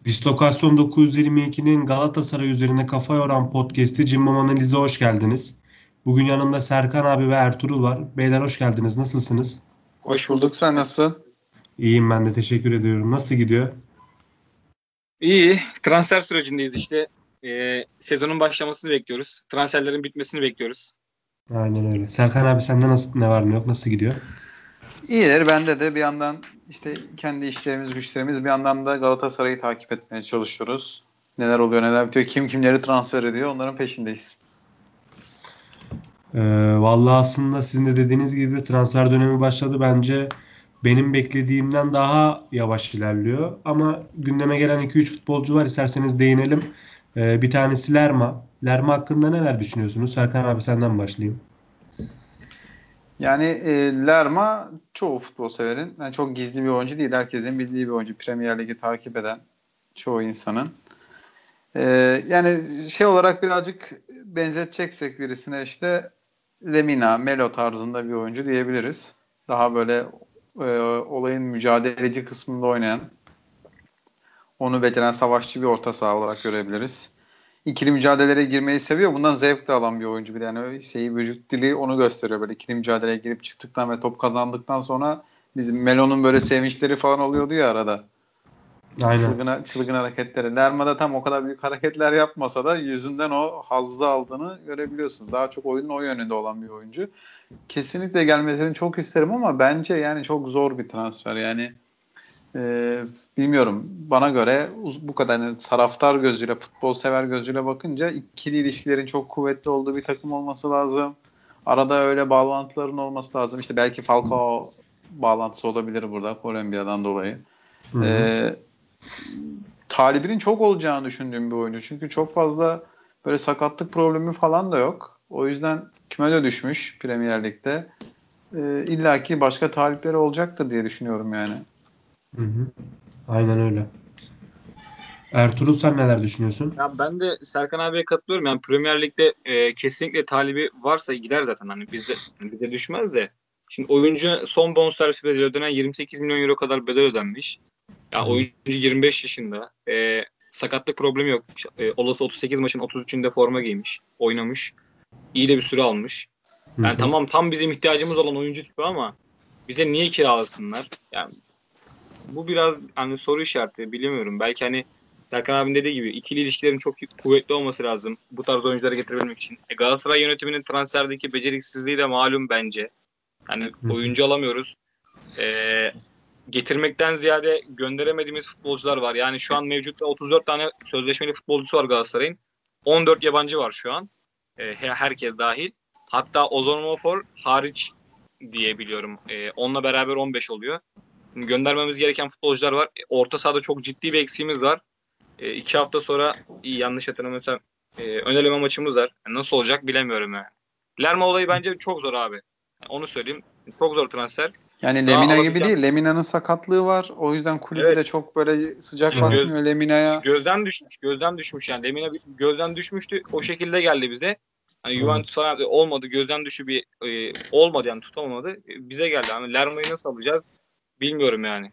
Dislokasyon 922'nin Galatasaray üzerine kafa yoran podcast'i Cimbom Analiz'e hoş geldiniz. Bugün yanımda Serkan abi ve Ertuğrul var. Beyler hoş geldiniz. Nasılsınız? Hoş bulduk. Sen nasılsın? İyiyim ben de teşekkür ediyorum. Nasıl gidiyor? İyi. Transfer sürecindeyiz işte. Sezonun başlamasını bekliyoruz. Transferlerin bitmesini bekliyoruz. Aynen öyle. Serkan abi sende ne var ne yok? Nasıl gidiyor? İyidir. Bende de bir yandan işte kendi işlerimiz, güçlerimiz, bir yandan da Galatasaray'ı takip etmeye çalışıyoruz. Neler oluyor, neler bitiyor, kim kimleri transfer ediyor, onların peşindeyiz. Vallahi aslında sizin de dediğiniz gibi transfer dönemi başladı. Bence benim beklediğimden daha yavaş ilerliyor. Ama gündeme gelen 2-3 futbolcu var. İsterseniz değinelim. Bir tanesi Lerma. Lerma hakkında neler düşünüyorsunuz? Serkan abi senden başlayayım. Yani Lerma çoğu futbol severin, yani çok gizli bir oyuncu değil. Herkesin bildiği bir oyuncu. Premier Lig'i takip eden çoğu insanın. Yani şey olarak birazcık benzeteceksek birisine işte Lemina, Melo tarzında bir oyuncu diyebiliriz. Daha böyle olayın mücadeleci kısmında oynayan, onu beceren savaşçı bir orta saha olarak görebiliriz. İkili mücadelelere girmeyi seviyor. Bundan zevk de alan bir oyuncu. Bir yani vücut dili onu gösteriyor. Böyle ikili mücadeleye girip çıktıktan ve top kazandıktan sonra bizim Melo'nun böyle sevinçleri falan oluyordu ya arada. Aynen. Çılgın hareketleri. Lerma'da tam o kadar büyük hareketler yapmasa da yüzünden o hazzı aldığını görebiliyorsunuz. Daha çok oyunun o yönünde olan bir oyuncu. Kesinlikle gelmesini çok isterim ama bence yani çok zor bir transfer. Yani bilmiyorum. Bana göre bu kadar yani taraftar gözüyle, futbol sever gözüyle bakınca ikili ilişkilerin çok kuvvetli olduğu bir takım olması lazım. Arada öyle bağlantıların olması lazım. İşte belki Falcao bağlantısı olabilir burada Kolombiya'dan dolayı. Talibinin çok olacağını düşündüğüm bir oyuncu. Çünkü çok fazla böyle sakatlık problemi falan da yok. O yüzden küme düşmüş Premier Lig'de. İlla ki başka talipleri olacaktır diye düşünüyorum yani. Hı hı. Aynen öyle. Ertuğrul sen neler düşünüyorsun? Ya ben de Serkan abiye katılıyorum. Yani Premier Lig'de kesinlikle talibi varsa gider zaten. Hani bize düşmez de. Şimdi oyuncu son bonservis bedeli ödenen 28 milyon euro kadar bedel ödenmiş. Ya oyuncu 25 yaşında. Sakatlık problemi yok. Olası 38 maçın 33'ünde forma giymiş. Oynamış. İyi de bir süre almış. Yani tamam tam bizim ihtiyacımız olan oyuncu tipi ama bize niye kiralasınlar? Yani bu biraz hani soru işareti bilemiyorum. Belki hani Serkan abinin dediği gibi ikili ilişkilerin çok kuvvetli olması lazım. Bu tarz oyuncuları getirebilmek için. Galatasaray yönetiminin transferdeki beceriksizliği de malum bence. Hani oyuncu alamıyoruz. Getirmekten ziyade gönderemediğimiz futbolcular var. Yani şu an mevcutta 34 tane sözleşmeli futbolcusu var Galatasaray'ın. 14 yabancı var şu an. Herkes dahil. Hatta Ozan Mofor hariç diye biliyorum. Onunla beraber 15 oluyor. Göndermemiz gereken futbolcular var. Orta sahada çok ciddi bir eksiğimiz var. 2 hafta sonra yanlış hatırlamıyorsam ön eleme maçımız var. Nasıl olacak bilemiyorum yani. Lerma olayı bence çok zor abi. Onu söyleyeyim. Çok zor transfer. Yani Lemina gibi değil. Lemina'nın sakatlığı var. O yüzden kulübü de çok böyle sıcak bakmıyor Lemina'ya. Gözden düşmüş yani. Lemina gözden düşmüştü. O şekilde geldi bize. Hani Juventus falan olmadı. Gözden düşü bir olmadı yani tutamadı. Bize geldi. Hani Lerma'yı nasıl alacağız? Bilmiyorum yani.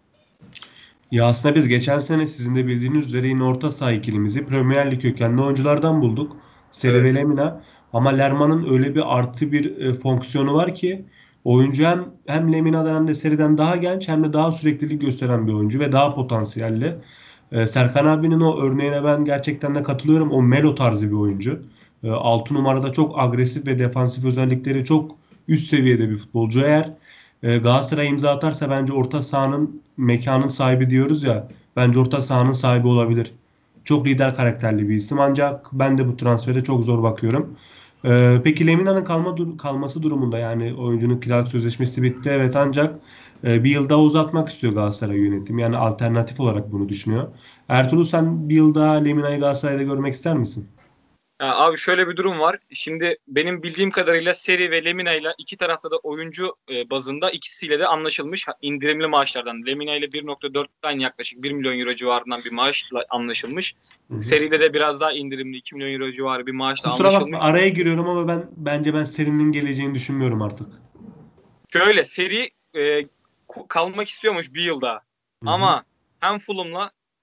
Ya aslında biz geçen sene sizin de bildiğiniz üzere yine orta saha ikilimizi Premier Lig kökenli oyunculardan bulduk. Seri ve Lemina. Ama Lerman'ın öyle bir artı bir fonksiyonu var ki oyuncu hem Lemina'dan hem de Seri'den daha genç hem de daha süreklilik gösteren bir oyuncu ve daha potansiyelli. Serkan abinin o örneğine ben gerçekten de katılıyorum. O Melo tarzı bir oyuncu. 6 numarada çok agresif ve defansif özellikleri çok üst seviyede bir futbolcu. Eğer Galatasaray imza atarsa bence orta sahanın mekanın sahibi diyoruz ya. Bence orta sahanın sahibi olabilir. Çok lider karakterli bir isim ancak ben de bu transfere çok zor bakıyorum. Peki Lemina'nın kalması durumunda yani oyuncunun kiralık sözleşmesi bitti evet ancak bir yıl daha uzatmak istiyor Galatasaray yönetim. Yani alternatif olarak bunu düşünüyor. Ertuğrul sen bir yıl daha Lemina'yı Galatasaray'da görmek ister misin? Ya abi şöyle bir durum var. Şimdi benim bildiğim kadarıyla Seri ve Lemina ile iki tarafta da oyuncu bazında ikisiyle de anlaşılmış indirimli maaşlardan. Lemina ile 1.4'ten yaklaşık 1 milyon euro civarından bir maaşla anlaşılmış. Seri ile de biraz daha indirimli 2 milyon euro civarı bir maaşla Kusura anlaşılmış. bakma araya giriyorum ama bence Seri'nin geleceğini düşünmüyorum artık. Şöyle Seri kalmak istiyormuş bir yılda. Ama hem Fulham'la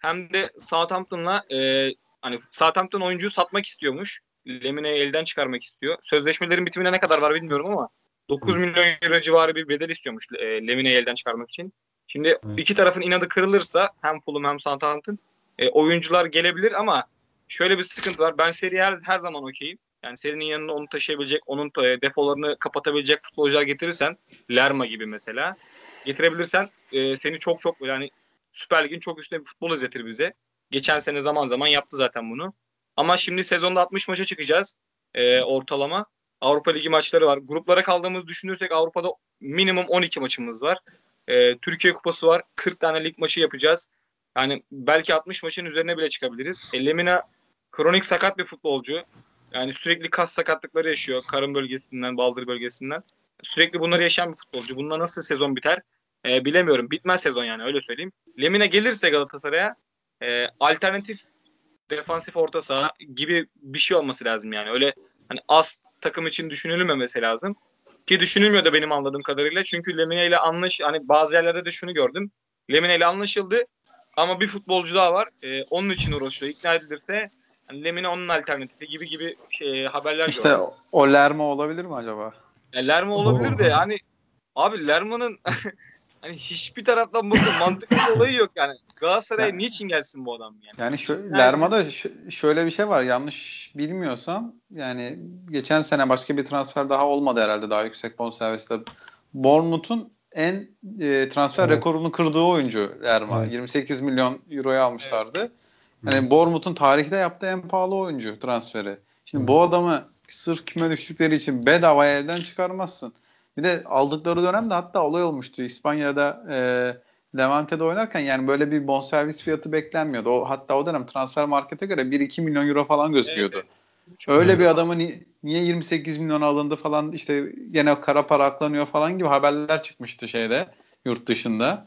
hem de Southampton'la hani Southampton oyuncuyu satmak istiyormuş. Lemine'yi elden çıkarmak istiyor. Sözleşmelerin bitimine ne kadar var bilmiyorum ama 9 milyon euro civarı bir bedel istiyormuş Lemine'yi elden çıkarmak için. Şimdi iki tarafın inadı kırılırsa hem Fulham hem Southampton oyuncular gelebilir ama şöyle bir sıkıntı var. Ben seriye her zaman okeyim. Yani serinin yanında onu taşıyabilecek, onun defolarını kapatabilecek futbolcular getirirsen, Lerma gibi mesela getirebilirsen seni çok yani Süper Lig'in çok üstüne bir futbol izletir bize. Geçen sene zaman zaman yaptı zaten bunu. Ama şimdi sezonda 60 maça çıkacağız ortalama. Avrupa Ligi maçları var. Gruplara kaldığımızı düşünürsek Avrupa'da minimum 12 maçımız var. Türkiye Kupası var. 40 tane lig maçı yapacağız. Yani belki 60 maçın üzerine bile çıkabiliriz. Lemina kronik sakat bir futbolcu. Yani sürekli kas sakatlıkları yaşıyor. Karın bölgesinden, baldır bölgesinden. Sürekli bunları yaşayan bir futbolcu. Bununla nasıl sezon biter bilemiyorum. Bitmez sezon yani öyle söyleyeyim. Lemina gelirse Galatasaray'a alternatif defansif orta saha gibi bir şey olması lazım yani. Öyle hani az takım için düşünülmemesi lazım. Ki düşünülmüyor da benim anladığım kadarıyla. Çünkü Lemina ile hani bazı yerlerde de şunu gördüm. Lemina ile anlaşıldı ama bir futbolcu daha var. Onun için uğraşıyor. İkna edilirse hani Lemina onun alternatifi gibi haberler İşte gördüm. o Lerma olabilir mi acaba? Lerma olabilir de yani abi Lerma'nın hani hiçbir taraftan bakın mantıklı bir olayı yok yani. Galatasaray'a niçin gelsin bu adam yani? Yani Lerma'da şöyle bir şey var. Yanlış bilmiyorsam yani geçen sene başka bir transfer daha olmadı herhalde daha yüksek bonservisle. Bournemouth'un en transfer rekorunu kırdığı oyuncu Lerma. Evet. 28 milyon euroya almışlardı. Yani Bournemouth'un tarihte yaptığı en pahalı oyuncu transferi. Şimdi bu adamı sırf küme düştükleri için bedavaya elden çıkarmazsın. Bir de aldıkları dönemde hatta olay olmuştu. İspanya'da Levante'de oynarken yani böyle bir bonservis fiyatı beklenmiyordu. Hatta o dönem transfer markete göre 1-2 milyon euro falan gözüküyordu. Evet. Öyle bir adamı niye 28 milyon alındı falan işte gene kara para aklanıyor falan gibi haberler çıkmıştı yurt dışında.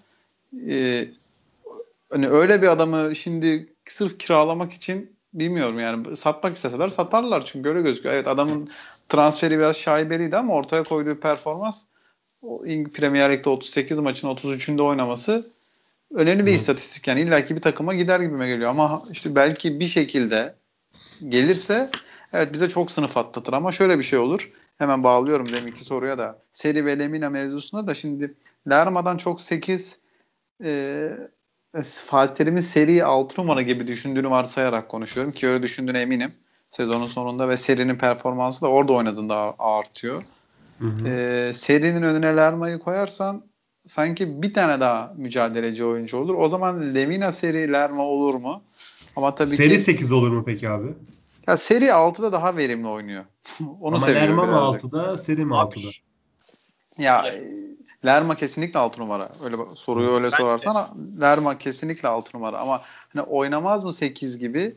Hani öyle bir adamı şimdi sırf kiralamak için bilmiyorum yani satmak isteseler satarlar çünkü öyle gözüküyor. Evet adamın transferi biraz şaibeliydi ama ortaya koyduğu performans Premier Lig'de 38 maçın 33'ünde oynaması önemli bir istatistik yani illaki bir takıma gider gibime geliyor ama işte belki bir şekilde gelirse evet bize çok sınıf atlatır ama şöyle bir şey olur. Hemen bağlıyorum deminki soruya da. Seri ve Lemina mevzusunda da şimdi Lerma'dan çok 8 Fatih Terim'in seri 6 numara gibi düşündüğünü varsayarak konuşuyorum ki öyle düşündüğüne eminim. Sezonun sonunda ve serinin performansı da orada oynadığında artıyor. Serinin önüne Lerma'yı koyarsan sanki bir tane daha mücadeleci oyuncu olur. O zaman Lemina seri Lerma olur mu? Ama tabii seri 8 olur mu peki abi? Ya seri 6'da daha verimli oynuyor. Onu ama Lerma mı 6'da, seri mi 6'da? Ya Lerma kesinlikle 6 numara. Öyle soruyu öyle sorarsan Lerma kesinlikle 6 numara ama hani oynamaz mı 8 gibi?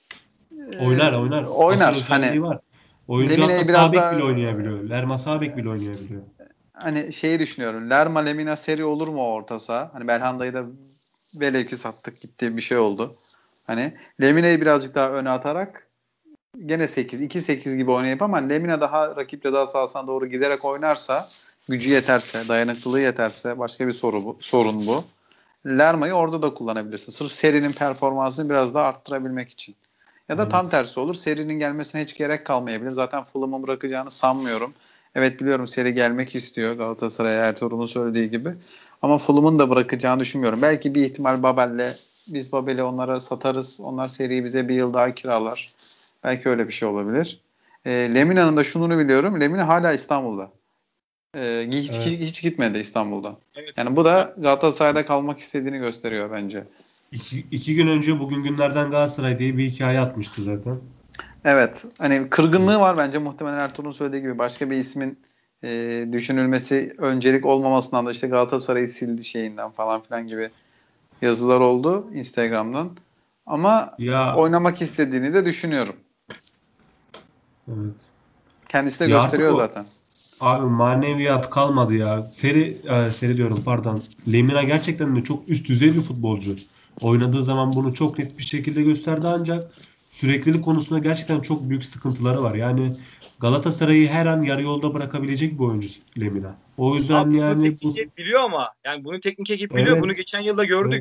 Oynar. Hani var. Oyuncu hatta sağ bek bile oynayabiliyor. Lerma sağ bek bile oynayabiliyor. Hani düşünüyorum. Lerma Lemina seri olur mu orta saha? Hani Belhanda'yı da velev ki sattık gitti bir şey oldu. Hani Lemina'yı birazcık daha öne atarak gene 8, 2-8 gibi oynayıp ama Lemina daha rakiple daha sahasına doğru giderek oynarsa gücü yeterse, dayanıklılığı yeterse başka bir sorun bu. Lerma'yı orada da kullanabilirsin. Sırf serinin performansını biraz daha arttırabilmek için. Ya da tam tersi olur. Serinin gelmesine hiç gerek kalmayabilir. Zaten Fulham'ı bırakacağını sanmıyorum. Evet biliyorum seri gelmek istiyor Galatasaray'a Ertuğrul'un söylediği gibi. Ama Fulham'ın da bırakacağını düşünmüyorum. Belki bir ihtimal biz Babel'i onlara satarız. Onlar seriyi bize bir yıl daha kiralar. Belki öyle bir şey olabilir. Lemina'nın da şununu biliyorum. Lemina hala İstanbul'da. Hiç gitmedi İstanbul'dan. Evet. Yani bu da Galatasaray'da kalmak istediğini gösteriyor bence. İki gün önce bugün günlerden Galatasaray diye bir hikaye atmıştı zaten. Evet. Hani kırgınlığı var bence muhtemelen Ertuğrul'un söylediği gibi. Başka bir ismin düşünülmesi öncelik olmamasından da işte Galatasaray'ı sildi şeyinden falan filan gibi yazılar oldu Instagram'dan. Ama oynamak istediğini de düşünüyorum. Evet. Kendisi de gösteriyor zaten. Abi maneviyat kalmadı ya. Seri diyorum pardon. Lemina gerçekten de çok üst düzey bir futbolcu. Oynadığı zaman bunu çok net bir şekilde gösterdi ancak süreklilik konusunda gerçekten çok büyük sıkıntıları var. Yani Galatasaray'ı her an yarı yolda bırakabilecek bir oyuncu Lemina. O yüzden teknik ekip biliyor ama yani bunu teknik ekip biliyor. Evet. Bunu geçen yılda gördük.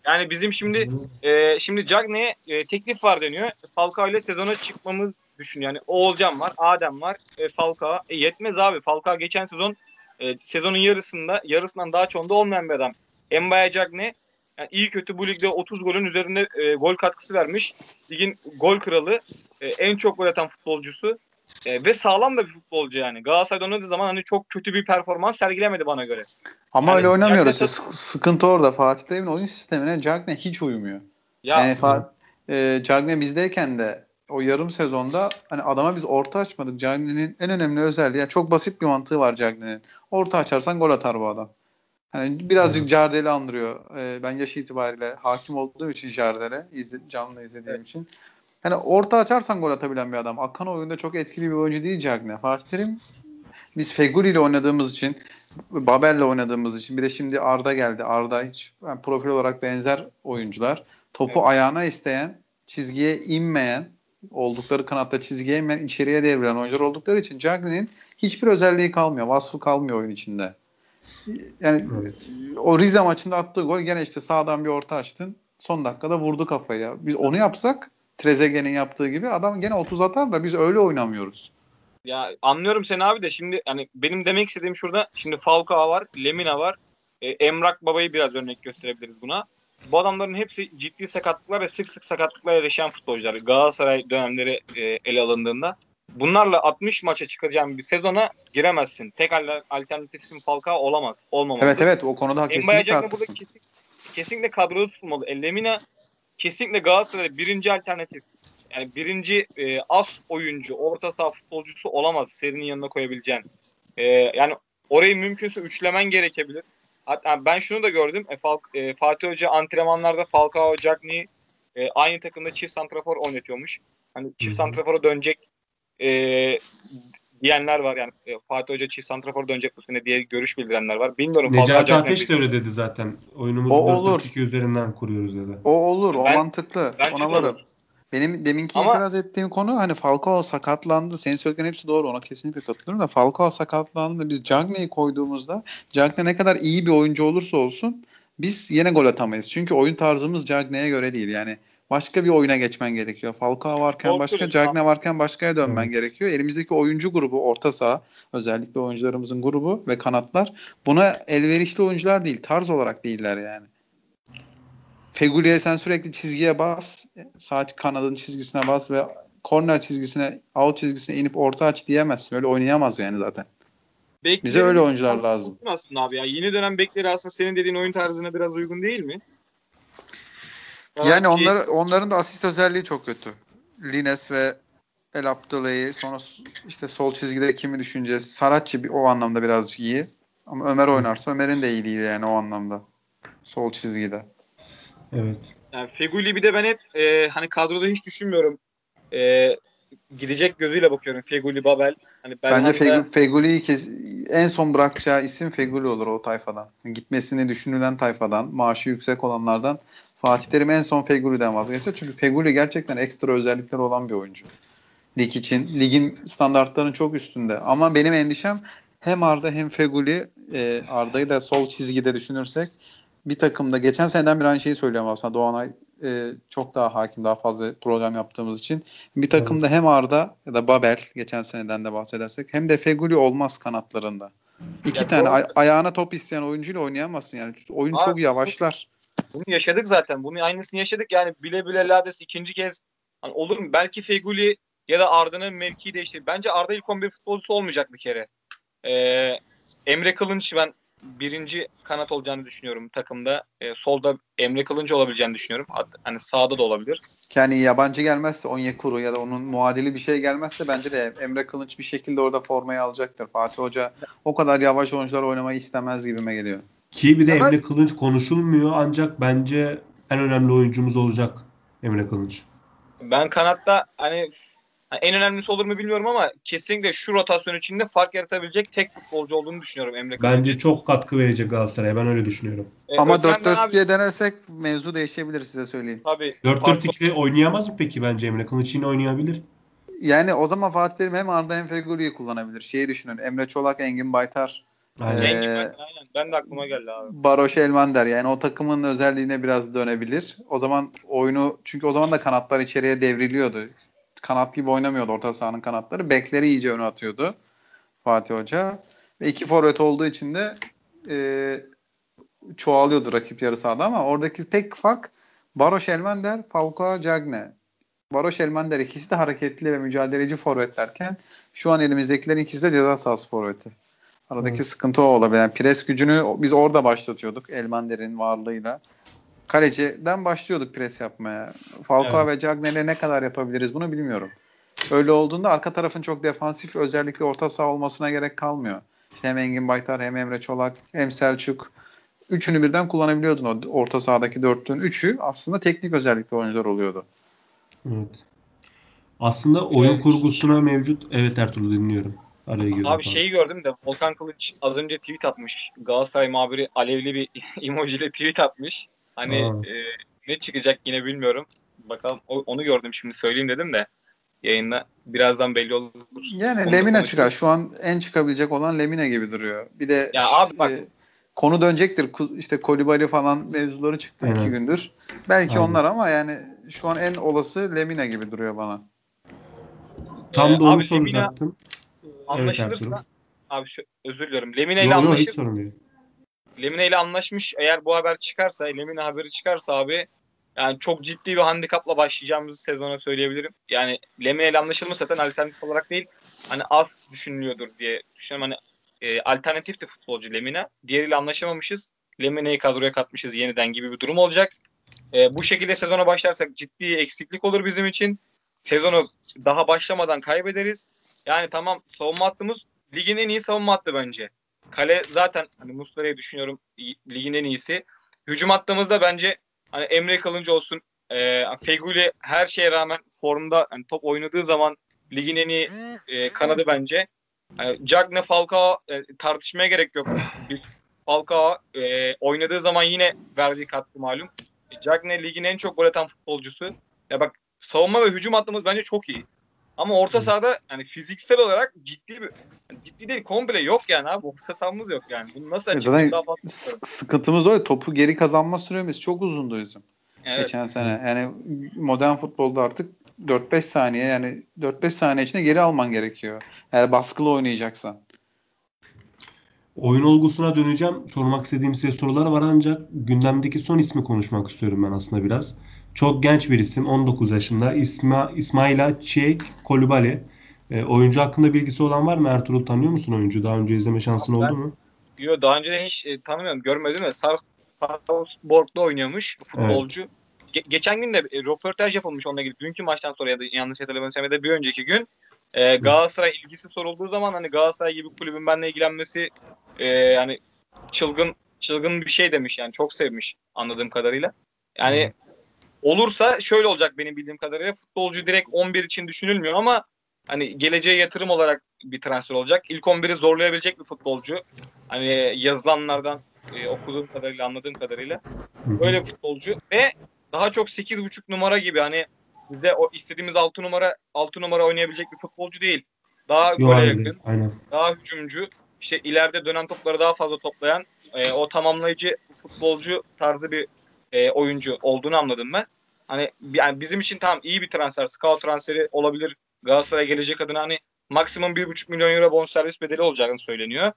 Yani bizim şimdi Cagney'e teklif var deniyor. Falcao ile sezona çıkmamız düşünüyor. Yani Oğulcan var, Adem var, Falcao. Yetmez abi. Falcao geçen sezon sezonun yarısından daha çoğunda olmayan bir adam. Mbaye Cagney yani iyi kötü bu ligde 30 golün üzerinde gol katkısı vermiş. Ligin gol kralı, en çok gol atan futbolcusu ve sağlam da bir futbolcu yani. Galatasaray'da oynadığı zaman hani çok kötü bir performans sergilemedi bana göre. Ama Yani öyle oynamıyoruz. Cagney Sıkıntı orada. Fatih Terim'in oyun sistemine Cagney hiç uymuyor. ya Yani Cagney bizdeyken de o yarım sezonda hani adama biz orta açmadık. Cagney'in en önemli özelliği, yani çok basit bir mantığı var Cagney'in. Orta açarsan gol atar bu adam. Hani birazcık Jardel'i andırıyor. Ben yaş itibariyle hakim olduğum için Jardel'e canlı izlediğim için. Hani orta açarsan gol atabilen bir adam. Akan oyunda çok etkili bir oyuncu değil Cagney. Fatih Terim, biz Feguli ile oynadığımız için, Babel'le oynadığımız için, bir de şimdi Arda geldi. Arda hiç yani profil olarak benzer oyuncular. Topu ayağına isteyen, çizgiye inmeyen, oldukları kanatta çizgiye inmeyen, içeriye devrilen oyuncular oldukları için Cagney'in hiçbir özelliği kalmıyor. Vasfı kalmıyor oyun içinde. Yani o Rize maçında attığı gol gene işte sağdan bir orta açtın. Son dakikada vurdu kafayı. Biz onu yapsak, Trezeguet'in yaptığı gibi, adam gene 30 atar da biz öyle oynamıyoruz. Ya anlıyorum seni abi de şimdi hani benim demek istediğim şurada, şimdi Falcao var, Lemina var. Emrak Baba'yı biraz örnek gösterebiliriz buna. Bu adamların hepsi ciddi sakatlıklar ve sık sık sakatlıklarla yaşayan futbolcular. Galatasaray dönemleri ele alındığında bunlarla 60 maça çıkacağın bir sezona giremezsin. Tek alternatifin Falcao olamaz. Olmamalı. Evet, o konuda kesinlikle haklısın. Kesinlikle kadroda tutulmalı. Lemina kesinlikle Galatasaray'da birinci alternatif. Yani birinci as oyuncu, orta saha futbolcusu olamaz. Serinin yanına koyabileceğin. Yani orayı mümkünse üçlemen gerekebilir. Hatta ben şunu da gördüm. Fatih Hoca antrenmanlarda Falcao, Cagney'i aynı takımda çift santrafor oynatıyormuş. Hani çift santrafora dönecek diyenler var. Yani Fatih Hoca çift santrafora dönecek bu sene diye görüş bildirenler var. Bilmiyorum. Necati Ateş de öyle dedi zaten. Oyunumuzu 4-4-2 üzerinden kuruyoruz dedi. O olur. O mantıklı. Ona varım. Benim deminki itiraz ettiğim konu, hani Falcao sakatlandı. Senin söylediklerin hepsi doğru. Ona kesinlikle katılıyorum da Falcao sakatlandı. Biz Cagney'i koyduğumuzda, Cagney ne kadar iyi bir oyuncu olursa olsun biz yine gol atamayız. Çünkü oyun tarzımız Cagney'e göre değil. Yani başka bir oyuna geçmen gerekiyor. Falcao varken başka, Cagney varken başkaya dönmen gerekiyor. Elimizdeki oyuncu grubu, orta saha, özellikle oyuncularımızın grubu ve kanatlar buna elverişli oyuncular değil. Tarz olarak değiller yani. Feguli'ye sen sürekli çizgiye bas, sağ kanadın çizgisine bas ve korner çizgisine, out çizgisine inip orta aç diyemezsin. Öyle oynayamaz yani zaten. Bize öyle oyuncular lazım. Aslında abi ya, yeni dönem bekleri aslında senin dediğin oyun tarzına biraz uygun değil mi? Yani onların da asist özelliği çok kötü. Lines ve El Abdullahi, sonra işte sol çizgide kimi düşüneceğiz? Saratçı o anlamda birazcık iyi. Ama Ömer oynarsa Ömer'in de iyiliği yani o anlamda. Sol çizgide. Evet. Yani Feguli bir de ben hep hani kadroda hiç düşünmüyorum. Gidecek gözüyle bakıyorum. Feguli, Babel. Hani bence Feguli'yi en son bırakacağı isim Feguli olur o tayfadan. Gitmesini düşünülen tayfadan, maaşı yüksek olanlardan Fatih Terim en son Feguli'den vazgeçer. Çünkü Feguli gerçekten ekstra özellikleri olan bir oyuncu. Lig için. Ligin standartlarının çok üstünde. Ama benim endişem hem Arda hem Feguli. Arda'yı da sol çizgide düşünürsek bir takımda geçen seneden beri aynı şeyi söylüyorum aslında. Doğanay çok daha hakim, daha fazla program yaptığımız için. Bir takımda hem Arda ya da Babel, geçen seneden de bahsedersek, hem de Feguli olmaz kanatlarında. İki tane ayağına top isteyen oyuncuyla oynayamazsın yani. Oyun çok yavaşlar. Bunu yaşadık zaten. Bunun aynısını yaşadık. Yani bile Lades ikinci kez hani olur mu? Belki Feguli ya da Arda'nın mevkiyi değiştirir. Bence Arda ilk 11 futbolcusu olmayacak bir kere. Emre Kılınç ben birinci kanat olacağını düşünüyorum takımda. Solda Emre Kılınç olabileceğini düşünüyorum. Hani sağda da olabilir. Yani yabancı gelmezse Onyekuru ya da onun muadili bir şey gelmezse bence de Emre Kılınç bir şekilde orada formayı alacaktır. Fatih Hoca o kadar yavaş oyuncular oynamayı istemez gibime geliyor. Ki bir de Emre Kılınç konuşulmuyor ancak bence en önemli oyuncumuz olacak Emre Kılınç. Ben kanatta hani en önemlisi olur mu bilmiyorum ama kesinlikle şu rotasyon içinde fark yaratabilecek tek futbolcu olduğunu düşünüyorum Emre Kılınç. Bence çok katkı verecek Galatasaray'a. Ben öyle düşünüyorum. Ama 4-4-2'ye denersek mevzu değişebilir, size söyleyeyim. Tabii. 4-4-2'de oynayamaz mı peki bence Emre Kılınç? Yine oynayabilir. Yani o zaman Fatih Terim hem Arda hem Fegüli'yi kullanabilir. Şeyi düşünün. Emre Çolak, Engin Baytar Aynen. Aynen. Ben de aklıma geldi abi. Baroş Elmander, yani o takımın özelliğine biraz dönebilir. O zaman oyunu, çünkü o zaman da kanatlar içeriye devriliyordu. Kanat gibi oynamıyordu orta sahanın kanatları. Bekleri iyice öne atıyordu Fatih Hoca. Ve iki forvet olduğu için de e, çoğalıyordu rakip yarı sahada, ama oradaki tek fark Baroş Elmander, Falcao Cagne. Baroş Elmander ikisi de hareketli ve mücadeleci forvetlerken şu an elimizdekilerin ikisi de ceza sahası forveti. Aradaki sıkıntı o olabilir. Yani pres gücünü biz orada başlatıyorduk Elmander'in varlığıyla. Kaleciden başlıyorduk pres yapmaya. Falcao ve Cagne'yle ne kadar yapabiliriz bunu bilmiyorum. Öyle olduğunda arka tarafın çok defansif, özellikle orta saha olmasına gerek kalmıyor. İşte hem Engin Baytar, hem Emre Çolak, hem Selçuk. Üçünü birden kullanabiliyordun o orta sahadaki dörtlüğün. Üçü aslında teknik özellikli oyuncular oluyordu. Evet. Aslında oyun kurgusuna mevcut. Evet Ertuğrul, dinliyorum. Araya girdim. Abi şeyi gördüm de Volkan Kılıç az önce tweet atmış. Galatasaray muhabiri alevli bir emojiyle tweet atmış. Hani ne çıkacak yine bilmiyorum. Bakalım, onu gördüm, şimdi söyleyeyim dedim de yayında birazdan belli olur. Yani Lemina çıkar. Şu an en çıkabilecek olan Lemina gibi duruyor. Bir de ya abi bak, konu dönecektir. İşte Kolibali falan mevzuları çıktı 2 gündür. Belki onlar, ama yani şu an en olası Lemina gibi duruyor bana. Tam da onu soracaktım. Anlaşılırsa abi özür diliyorum. Lemina ile anlaşmış. Eğer bu haber çıkarsa, Lemina haberi çıkarsa abi, yani çok ciddi bir handikapla başlayacağımızı sezona söyleyebilirim. Yani Lemina ile anlaşılmış zaten alternatif olarak değil. Hani az düşünülüyordur diye düşünüyorum. Hani alternatifti futbolcu Lemina. Diğeriyle anlaşamamışız. Lemina'yı kadroya katmışız yeniden gibi bir durum olacak. Bu şekilde sezona başlarsak ciddi eksiklik olur bizim için. Sezonu daha başlamadan kaybederiz. Yani tamam, savunma hattımız ligin en iyi savunma hattı bence. Kale zaten hani Muslera'yı düşünüyorum ligin en iyisi. Hücum hattımızda bence hani Emre Kılınç olsun, Feguli her şeye rağmen formda, hani top oynadığı zaman ligin en iyi kanadı bence. Cagne, Falcao tartışmaya gerek yok. Falcao oynadığı zaman yine verdiği katkı malum. Cagne ligin en çok gol atan futbolcusu. Ya bak, savunma ve hücum hattımız bence çok iyi. Ama orta sahada yani fiziksel olarak ciddi değil, komple yok yani abi. Orta sahamız yok yani. Bunu nasıl açıklayayım daha fazla? Sıkıntımız o. Topu geri kazanma süremiz çok uzundu bizim. Evet. Geçen sene. Yani modern futbolda artık 4-5 saniye, yani 4-5 saniye içinde geri alman gerekiyor. Eğer baskılı oynayacaksan. Oyun olgusuna döneceğim. Sormak istediğim size sorular var, ancak gündemdeki son ismi konuşmak istiyorum ben aslında biraz. Çok genç bir isim. 19 yaşında. İsmaila Çiğek Kolibali. Oyuncu hakkında bilgisi olan var mı? Ertuğrul, tanıyor musun oyuncu? Daha önce izleme şansın oldu mu? Yok, daha önce hiç tanımıyorum. Görmedim de Sarpsborg'da oynuyormuş futbolcu. Evet. Geçen gün de röportaj yapılmış onunla ilgili. Dünkü maçtan sonra, ya da yanlış hatırlamıyorsam ya da bir önceki gün Galatasaray ilgisi sorulduğu zaman hani Galatasaray gibi kulübün benimle ilgilenmesi hani çılgın bir şey demiş, yani çok sevmiş anladığım kadarıyla. Yani olursa şöyle olacak benim bildiğim kadarıyla, futbolcu direkt 11 için düşünülmüyor ama hani geleceğe yatırım olarak bir transfer olacak. İlk 11'i zorlayabilecek bir futbolcu. Hani yazılanlardan okuduğum kadarıyla, anladığım kadarıyla böyle bir futbolcu ve daha çok 8.5 numara gibi, hani bize o istediğimiz 6 numara oynayabilecek bir futbolcu değil. Daha gole yakın, daha hücumcu, işte ileride dönen topları daha fazla toplayan, o tamamlayıcı futbolcu tarzı bir oyuncu olduğunu anladım ben. Hani yani bizim için tamam, iyi bir transfer, scout transferi olabilir. Galatasaray'a gelecek adına hani maksimum 1,5 milyon euro bonservis bedeli olacağını söyleniyor.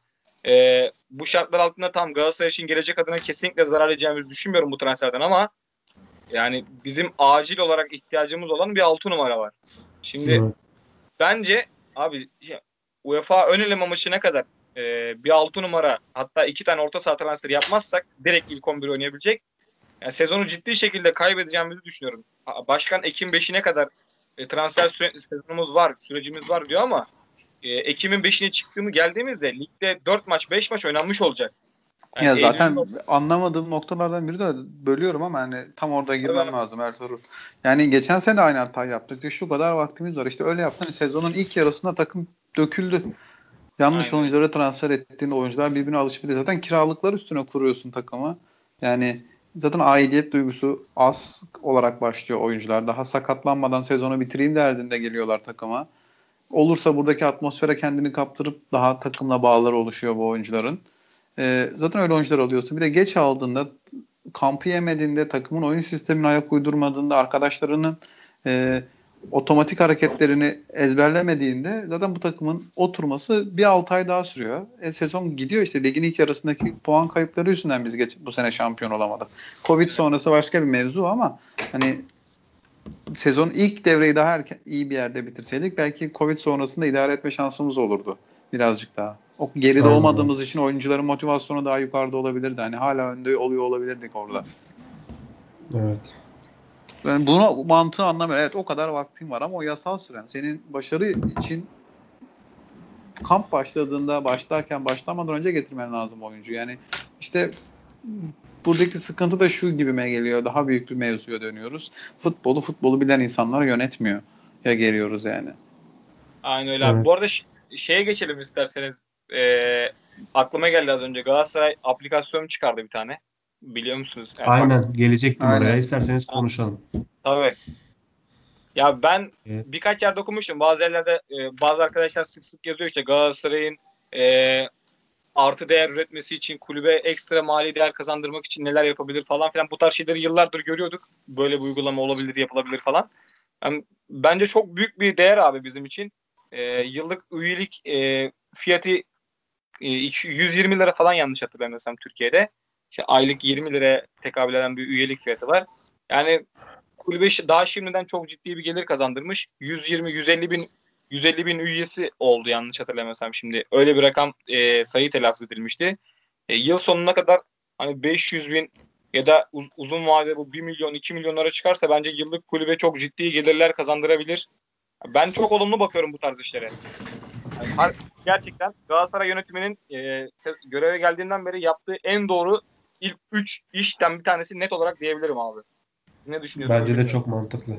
Bu şartlar altında tam Galatasaray için gelecek adına kesinlikle zarar edeceğimizi düşünmüyorum bu transferden, ama yani bizim acil olarak ihtiyacımız olan bir 6 numara var. Şimdi bence abi UEFA ön eleme maçına kadar bir 6 numara, hatta 2 tane orta saha transferi yapmazsak direkt ilk 11 oynayabilecek. Yani sezonu ciddi şekilde kaybedeceğimizi düşünüyorum. Başkan Ekim 5'ine kadar transfer sezonumuz var, sürecimiz var diyor, ama Ekim'in 5'ine geldiğimizde ligde 4 maç 5 maç oynanmış olacak. Yani ya zaten anlamadığım noktalardan biri de, bölüyorum ama hani tam orada girmem lazım Ertuğrul. Yani geçen sene de aynı hatayı yaptık. İşte şu kadar vaktimiz var. İşte öyle yaptın. Sezonun ilk yarısında takım döküldü. Yanlış oyuncuları transfer ettiğin oyuncular birbirine alışıp zaten kiralıklar üstüne kuruyorsun takımı. Yani zaten aidiyet duygusu az olarak başlıyor oyuncular. Daha sakatlanmadan sezonu bitireyim derdinde geliyorlar takıma. Olursa buradaki atmosfere kendini kaptırıp daha takımla bağları oluşuyor bu oyuncuların. Zaten öyle oyuncular alıyorsun. Bir de geç aldığında, kampı yemediğinde, takımın oyun sistemine ayak uydurmadığında, arkadaşlarının otomatik hareketlerini ezberlemediğinde zaten bu takımın oturması bir 6 ay daha sürüyor. Sezon gidiyor işte. Ligin ilk yarısındaki puan kayıpları yüzünden biz bu sene şampiyon olamadık. Covid sonrası başka bir mevzu ama hani sezon ilk devreyi daha iyi bir yerde bitirseydik belki Covid sonrasında idare etme şansımız olurdu birazcık daha. O geride olmadığımız için oyuncuların motivasyonu daha yukarıda olabilirdi. Hani hala önde oluyor olabilirdik orada. Evet. Yani bunu mantığı anlamıyorum. Evet, o kadar vaktin var ama o yasal süren. Senin başarı için kamp başlamadan önce getirmen lazım oyuncu. Yani işte buradaki sıkıntı da şu gibime geliyor. Daha büyük bir mevzuya dönüyoruz. Futbolu bilen insanlar yönetmiyor. Ya geliyoruz yani. Aynen öyle abi. Evet. Bu arada şeye geçelim isterseniz. Aklıma geldi az önce. Galatasaray aplikasyon çıkardı bir tane. Biliyor musunuz? Yani aynen. Gelecektim oraya. İsterseniz konuşalım. Tabii. Ya ben birkaç yerde okumuştum. Bazı yerlerde bazı arkadaşlar sık sık yazıyor işte Galatasaray'ın artı değer üretmesi için kulübe ekstra mali değer kazandırmak için neler yapabilir falan filan. Bu tarz şeyleri yıllardır görüyorduk. Böyle bir uygulama olabilir, yapılabilir falan. Yani bence çok büyük bir değer abi bizim için. Yıllık üyelik fiyatı 120 lira falan yanlış hatırlamıyorsam Türkiye'de. İşte aylık 20 liraya tekabül eden bir üyelik fiyatı var. Yani kulübe daha şimdiden çok ciddi bir gelir kazandırmış. 150 bin üyesi oldu yanlış hatırlamıyorsam şimdi. Öyle bir rakam sayı telaffuz edilmişti. Yıl sonuna kadar hani 500 bin ya da uzun vadede bu 1 milyon 2 milyonlara çıkarsa bence yıllık kulübe çok ciddi gelirler kazandırabilir. Ben çok olumlu bakıyorum bu tarz işlere. Yani gerçekten Galatasaray yönetiminin göreve geldiğinden beri yaptığı en doğru ilk 3 işten bir tanesi net olarak diyebilirim abi. Ne düşünüyorsun? Bence de çok mantıklı.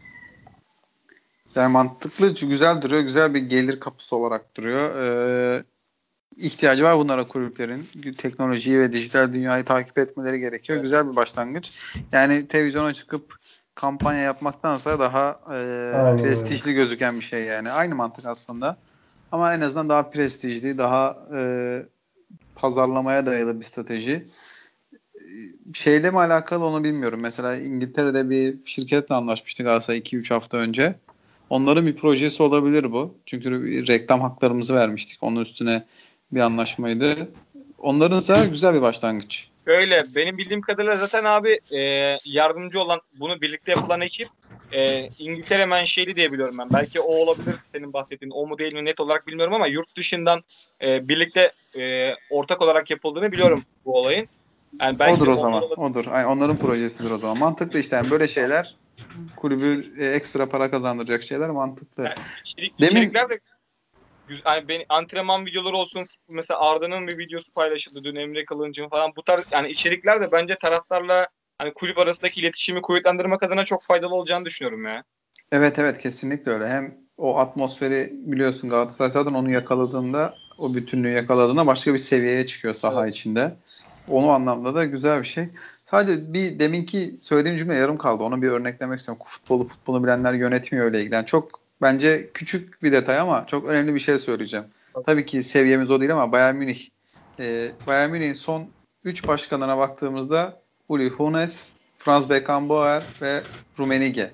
Yani mantıklı, güzel duruyor. Güzel bir gelir kapısı olarak duruyor. İhtiyacı var bunlara kulüplerin. Teknolojiyi ve dijital dünyayı takip etmeleri gerekiyor. Evet. Güzel bir başlangıç. Yani televizyona çıkıp kampanya yapmaktansa daha prestijli gözüken bir şey yani. Aynı mantık aslında. Ama en azından daha prestijli, daha pazarlamaya dayalı bir strateji. Şeyle mi alakalı onu bilmiyorum. Mesela İngiltere'de bir şirketle anlaşmıştık Galatasaray 2-3 hafta önce. Onların bir projesi olabilir bu. Çünkü reklam haklarımızı vermiştik. Onun üstüne bir anlaşmaydı. Onlarınsa güzel bir başlangıç. Öyle. Benim bildiğim kadarıyla zaten abi yardımcı olan, bunu birlikte yapılan ekip İngiltere menşeli diye biliyorum ben. Belki o olabilir senin bahsettiğin. O mu değil mi net olarak bilmiyorum ama yurt dışından birlikte ortak olarak yapıldığını biliyorum bu olayın. Yani belki odur o zaman. Odur. Yani onların projesidir o zaman. Mantıklı işte. Yani böyle şeyler kulübü ekstra para kazandıracak şeyler mantıklı. Yani içerikler de yani antrenman videoları olsun. Mesela Arda'nın bir videosu paylaşıldı dün, Emre Kılınç'ın falan. Bu tarz yani içerikler de bence taraftarla hani kulüp arasındaki iletişimi kuvvetlendirmek adına çok faydalı olacağını düşünüyorum ya. Evet kesinlikle öyle. Hem o atmosferi biliyorsun, Galatasaray zaten onu yakaladığında, o bütünlüğü yakaladığında başka bir seviyeye çıkıyor saha içinde. Onu anlamda da güzel bir şey. Sadece bir deminki söylediğim cümle yarım kaldı. Onu bir örneklemek istiyorum. Futbolu bilenler yönetmiyor öyle ilgilen. Çok bence küçük bir detay ama çok önemli bir şey söyleyeceğim. Tabii ki seviyemiz o değil ama Bayern Münih. Bayern Münih'in son 3 başkanına baktığımızda Uli Hoeneß, Franz Beckenbauer ve Rummenigge.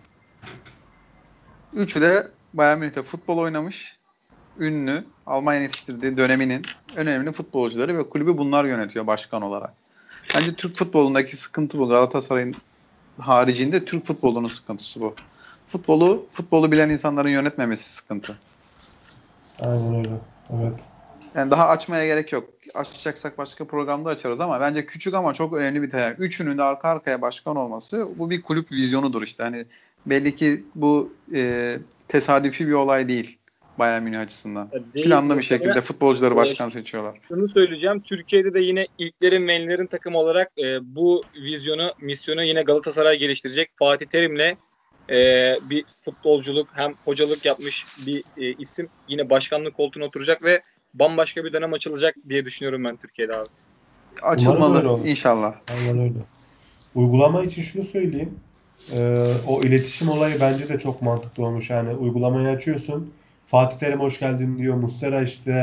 Üçü de Bayern Münih'te futbol oynamış. Ünlü, Almanya yetiştirdiği döneminin önemli futbolcuları ve kulübü bunlar yönetiyor başkan olarak. Bence Türk futbolundaki sıkıntı bu. Galatasaray'ın haricinde Türk futbolunun sıkıntısı bu. Futbolu bilen insanların yönetmemesi sıkıntı. Aynen öyle. Evet. Yani daha açmaya gerek yok. Açacaksak başka programda açarız ama bence küçük ama çok önemli bir detay. Üçünün de arka arkaya başkan olması, bu bir kulüp vizyonudur işte. Hani belli ki bu tesadüfi bir olay değil Bayern Münih açısından. Planlı bir şekilde futbolcuları başkan seçiyorlar. Şunu söyleyeceğim. Türkiye'de de yine ilklerin takım olarak bu misyonu yine Galatasaray geliştirecek. Fatih Terim'le bir futbolculuk hem hocalık yapmış bir isim yine başkanlık koltuğuna oturacak ve bambaşka bir dönem açılacak diye düşünüyorum ben Türkiye'de abi. Açılmalı inşallah. Aynen öyle. Uygulama için şunu söyleyeyim. O iletişim olayı bence de çok mantıklı olmuş. Yani uygulamayı açıyorsun. Fatih Terim hoş geldin diyor. Muslera işte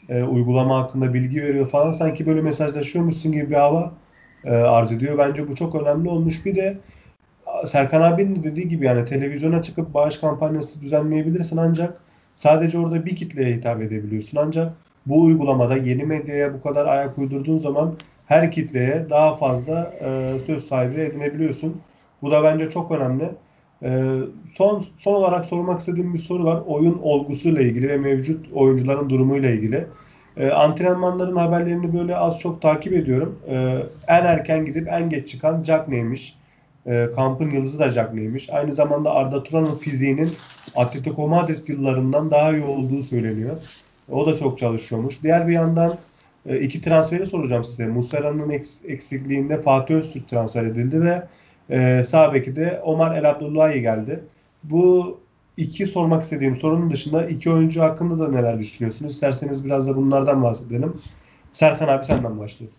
uygulama hakkında bilgi veriyor falan. Sanki böyle mesajlaşıyormuşsun gibi bir hava arz ediyor. Bence bu çok önemli olmuş. Bir de Serkan abinin de dediği gibi yani televizyona çıkıp bağış kampanyası düzenleyebilirsin ancak sadece orada bir kitleye hitap edebiliyorsun. Ancak bu uygulamada yeni medyaya bu kadar ayak uydurduğun zaman her kitleye daha fazla söz sahibi edinebiliyorsun. Bu da bence çok önemli. Son olarak sormak istediğim bir soru var. Oyun olgusuyla ilgili ve mevcut oyuncuların durumuyla ilgili. Antrenmanların haberlerini böyle az çok takip ediyorum. En erken gidip en geç çıkan Cagney'miş. Kampın yıldızı da Cagney'miş. Aynı zamanda Arda Turan'ın fiziğinin Atletico Madrid yıllarından daha iyi olduğu söyleniyor. O da çok çalışıyormuş. Diğer bir yandan iki transferi soracağım size. Muslera'nın eksikliğinde Fatih Öztürk transfer edildi ve sağ beki de Omar El Abdullahi geldi. Bu iki sormak istediğim sorunun dışında iki oyuncu hakkında da neler düşünüyorsunuz? İsterseniz biraz da bunlardan bahsedelim. Serkan abi senden başlayalım.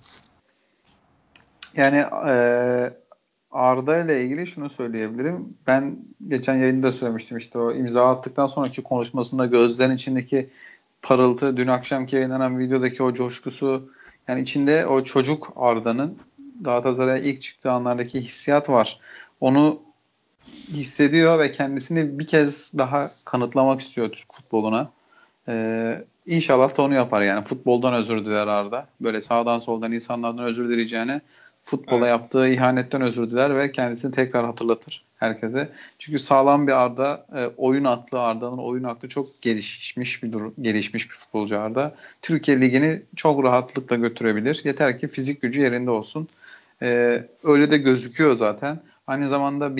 Yani Arda ile ilgili şunu söyleyebilirim. Ben geçen yayında söylemiştim, işte o imza attıktan sonraki konuşmasında gözlerin içindeki parıltı, dün akşamki yayınlanan videodaki o coşkusu, yani içinde o çocuk Arda'nın Galatasaray'a ilk çıktığı anlardaki hissiyat var. Onu hissediyor ve kendisini bir kez daha kanıtlamak istiyor Türk futboluna. İnşallah da onu yapar yani. Futboldan özür diler Arda. Böyle sağdan soldan insanlardan özür dileyeceğine futbola yaptığı ihanetten özür diler ve kendisini tekrar hatırlatır herkese. Çünkü sağlam bir Arda, oyun aklı, Arda'nın oyun aklı çok gelişmiş bir futbolcu Arda. Türkiye Ligi'ni çok rahatlıkla götürebilir. Yeter ki fizik gücü yerinde olsun. Öyle de gözüküyor zaten. Aynı zamanda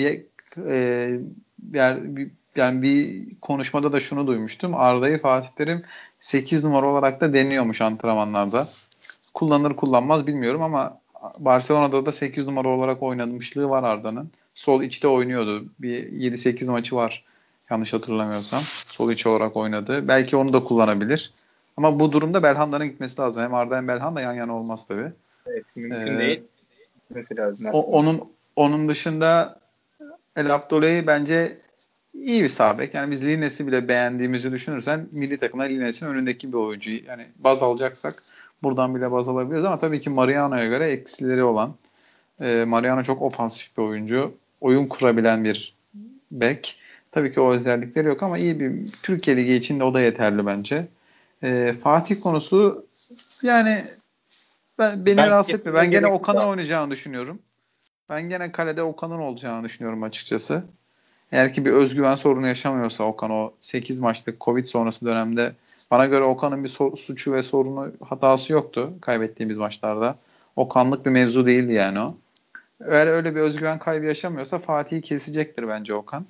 bir konuşmada da şunu duymuştum. Arda'yı Fatih Terim 8 numara olarak da deniyormuş antrenmanlarda. Kullanır kullanmaz bilmiyorum ama Barcelona'da da 8 numara olarak oynamışlığı var Arda'nın. Sol içte oynuyordu. Bir 7-8 maçı var yanlış hatırlamıyorsam. Sol iç olarak oynadı. Belki onu da kullanabilir. Ama bu durumda Belhanda'nın gitmesi lazım. Hem Arda hem Belhanda yan yana olmaz tabii. Evet, mümkün değil. Mesela onun dışında El Abdullahi bence iyi bir sağ bek. Yani biz Lines'i bile beğendiğimizi düşünürsen milli takımda Lines'in önündeki bir oyuncu. Yani baz alacaksak buradan bile baz alabiliriz ama tabii ki Mariano'ya göre eksileri olan, Mariano çok ofansif bir oyuncu. Oyun kurabilen bir bek. Tabii ki o özellikleri yok ama iyi bir Türkiye Ligi için de o da yeterli bence. Fatih konusu yani beni rahatsız etmiyor. Ben gene Okan'ın oynayacağını düşünüyorum. Ben gene kalede Okan'ın olacağını düşünüyorum açıkçası. Eğer ki bir özgüven sorunu yaşamıyorsa Okan o 8 maçlık Covid sonrası dönemde, bana göre Okan'ın bir suçu ve sorunu, hatası yoktu kaybettiğimiz maçlarda. Okan'lık bir mevzu değildi yani o. Eğer öyle bir özgüven kaybı yaşamıyorsa Fatih'i kesecektir bence Okan.